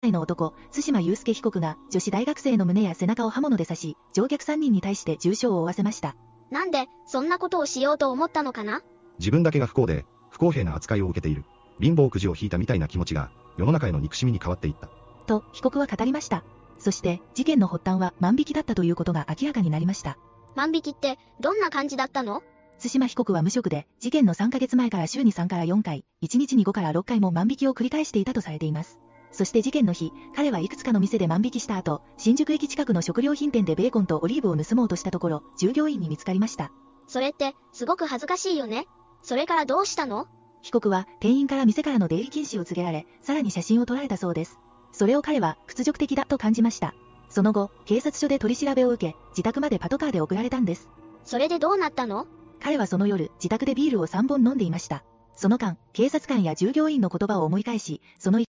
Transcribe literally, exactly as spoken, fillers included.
いの男、対馬悠介被告が女子大学生の胸や背中を刃物で刺し、乗客さんにんに対して重傷を負わせました。 なんで、そんなことをしようと思ったのかな？ 自分だけが不幸で、不公平な扱いを受けている。貧乏くじを引いたみたいな気持ちが、世の中への憎しみに変わっていった。 と、被告は語りました。そして、事件の発端は万引きだったということが明らかになりました。 万引きって、どんな感じだったの？ 対馬被告は無職で、事件のさんかげつまえから週にさんからよんかい、いちにちにごからろっかいも万引きを繰り返していたとされています。そして事件の日、彼はいくつかの店で万引きした後、新宿駅近くの食料品店でベーコンとオリーブを盗もうとしたところ、従業員に見つかりました。 それって、すごく恥ずかしいよね。それからどうしたの？ 被告は店員から店からの出入り禁止を告げられ、さらに写真を撮られたそうです。それを彼は屈辱的だと感じました。その後、警察署で取り調べを受け、自宅までパトカーで送られたんです。 それでどうなったの？ 彼はその夜、自宅でビールをさんぼん飲んでいました。その間、警察官や従業員の言葉を思い返し、その